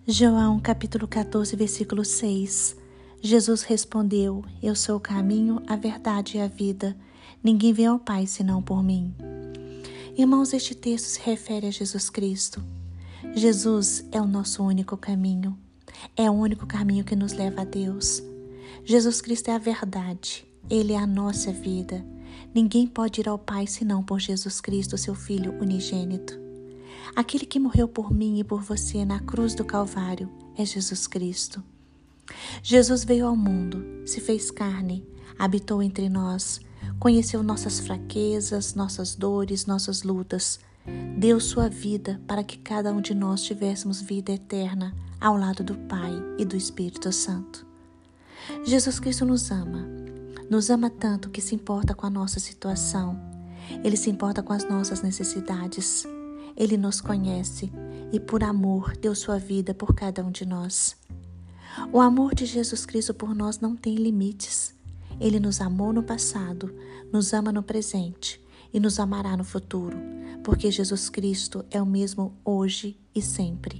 João capítulo 14, versículo 6. Jesus respondeu: Eu sou o caminho, a verdade e a vida. Ninguém vem ao Pai senão por mim. Irmãos, este texto se refere a Jesus Cristo. Jesus é o nosso único caminho. É o único caminho que nos leva a Deus. Jesus Cristo é a verdade. Ele é a nossa vida. Ninguém pode ir ao Pai senão por Jesus Cristo, seu Filho unigênito. Aquele que morreu por mim e por você na cruz do Calvário é Jesus Cristo. Jesus veio ao mundo, se fez carne, habitou entre nós, conheceu nossas fraquezas, nossas dores, nossas lutas. Deu sua vida para que cada um de nós tivéssemos vida eterna ao lado do Pai e do Espírito Santo. Jesus Cristo nos ama tanto que se importa com a nossa situação. Ele se importa com as nossas necessidades. Ele nos conhece e por amor deu sua vida por cada um de nós. O amor de Jesus Cristo por nós não tem limites. Ele nos amou no passado, nos ama no presente e nos amará no futuro, porque Jesus Cristo é o mesmo hoje e sempre.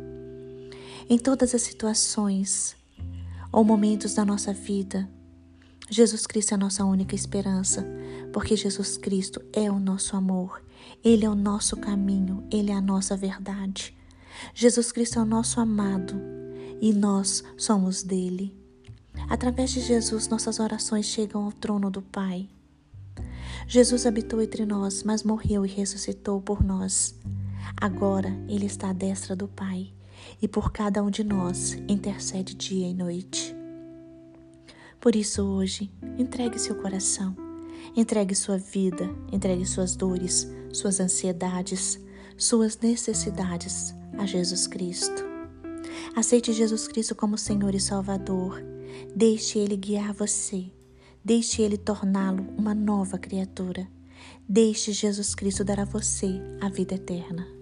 Em todas as situações ou momentos da nossa vida, Jesus Cristo é a nossa única esperança, porque Jesus Cristo é o nosso amor, Ele é o nosso caminho, Ele é a nossa verdade. Jesus Cristo é o nosso amado e nós somos dele. Através de Jesus, nossas orações chegam ao trono do Pai. Jesus habitou entre nós, mas morreu e ressuscitou por nós. Agora Ele está à destra do Pai e por cada um de nós intercede dia e noite. Por isso hoje, entregue seu coração, entregue sua vida, entregue suas dores, suas ansiedades, suas necessidades a Jesus Cristo. Aceite Jesus Cristo como Senhor e Salvador. Deixe Ele guiar você. Deixe Ele torná-lo uma nova criatura. Deixe Jesus Cristo dar a você a vida eterna.